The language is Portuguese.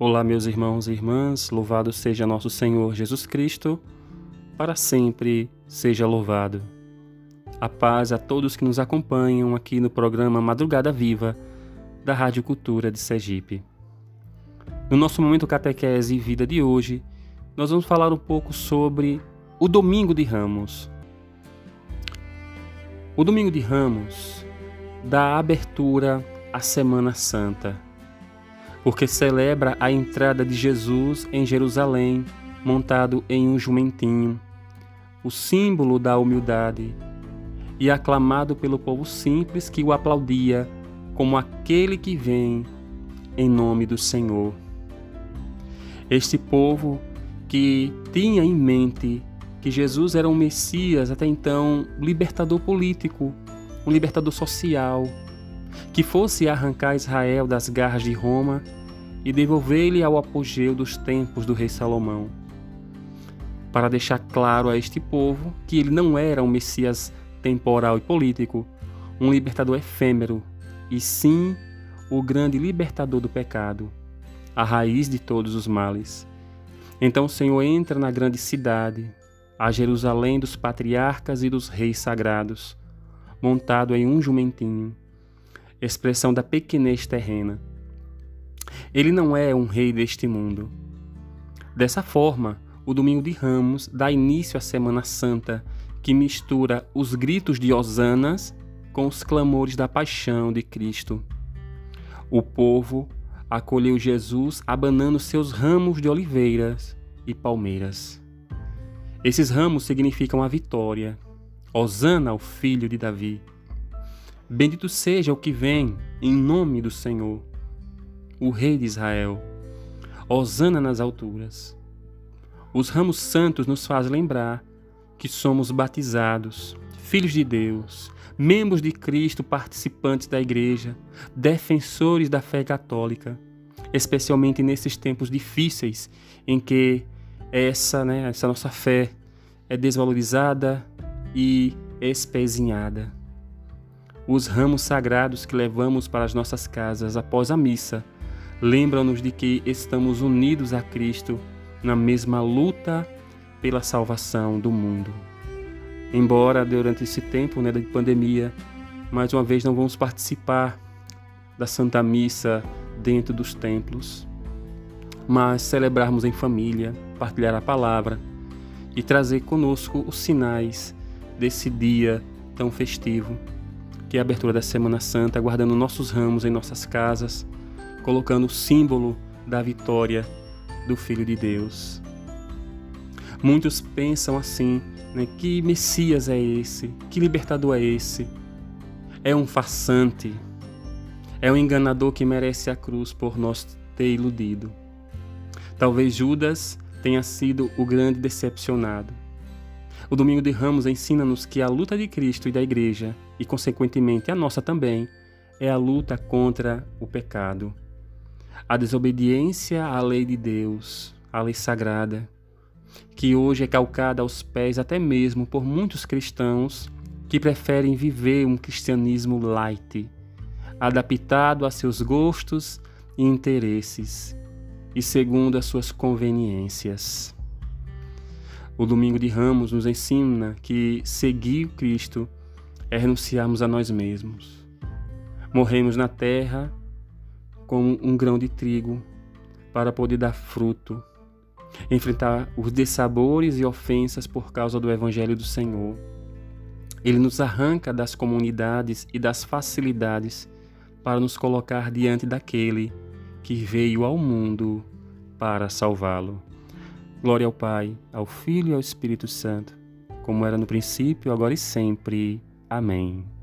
Olá, meus irmãos e irmãs, louvado seja nosso Senhor Jesus Cristo, para sempre seja louvado. A paz a todos que nos acompanham aqui no programa Madrugada Viva, da Rádio Cultura de Sergipe. No nosso momento Catequese e Vida de hoje, nós vamos falar um pouco sobre o Domingo de Ramos. O Domingo de Ramos dá abertura à Semana Santa, porque celebra a entrada de Jesus em Jerusalém, montado em um jumentinho, o símbolo da humildade, e aclamado pelo povo simples que o aplaudia como aquele que vem em nome do Senhor. Este povo que tinha em mente que Jesus era um Messias, até então libertador político, um libertador social, que fosse arrancar Israel das garras de Roma e devolver-lhe ao apogeu dos tempos do rei Salomão, para deixar claro a este povo que ele não era um Messias temporal e político, um libertador efêmero, e sim o grande libertador do pecado, a raiz de todos os males. Então o Senhor entra na grande cidade, a Jerusalém dos patriarcas e dos reis sagrados, montado em um jumentinho, expressão da pequenez terrena. Ele não é um rei deste mundo. Dessa forma, o Domingo de Ramos dá início à Semana Santa, que mistura os gritos de hosanas com os clamores da paixão de Cristo. O povo acolheu Jesus abanando seus ramos de oliveiras e palmeiras. Esses ramos significam a vitória. Hosana ao filho de Davi. Bendito seja o que vem em nome do Senhor, o Rei de Israel. Hosana nas alturas. Os ramos santos nos fazem lembrar que somos batizados, filhos de Deus, membros de Cristo, participantes da Igreja, defensores da fé católica, especialmente nesses tempos difíceis em que essa nossa fé é desvalorizada e espezinhada. Os ramos sagrados que levamos para as nossas casas após a missa lembram-nos de que estamos unidos a Cristo na mesma luta pela salvação do mundo. Embora durante esse tempo de pandemia, mais uma vez não vamos participar da Santa Missa dentro dos templos, mas celebrarmos em família, partilhar a palavra e trazer conosco os sinais desse dia tão festivo, que é a abertura da Semana Santa, guardando nossos ramos em nossas casas, colocando o símbolo da vitória do Filho de Deus. Muitos pensam assim, que Messias é esse? Que libertador é esse? É um farsante, é um enganador que merece a cruz por nós ter iludido. Talvez Judas tenha sido o grande decepcionado. O Domingo de Ramos ensina-nos que a luta de Cristo e da Igreja, e consequentemente a nossa também, é a luta contra o pecado. A desobediência à lei de Deus, à lei sagrada, que hoje é calcada aos pés até mesmo por muitos cristãos que preferem viver um cristianismo light, adaptado a seus gostos e interesses e segundo as suas conveniências. O Domingo de Ramos nos ensina que seguir Cristo é renunciarmos a nós mesmos. Morremos na terra como um grão de trigo para poder dar fruto, enfrentar os dissabores e ofensas por causa do Evangelho do Senhor. Ele nos arranca das comunidades e das facilidades para nos colocar diante daquele que veio ao mundo para salvá-lo. Glória ao Pai, ao Filho e ao Espírito Santo, como era no princípio, agora e sempre. Amém.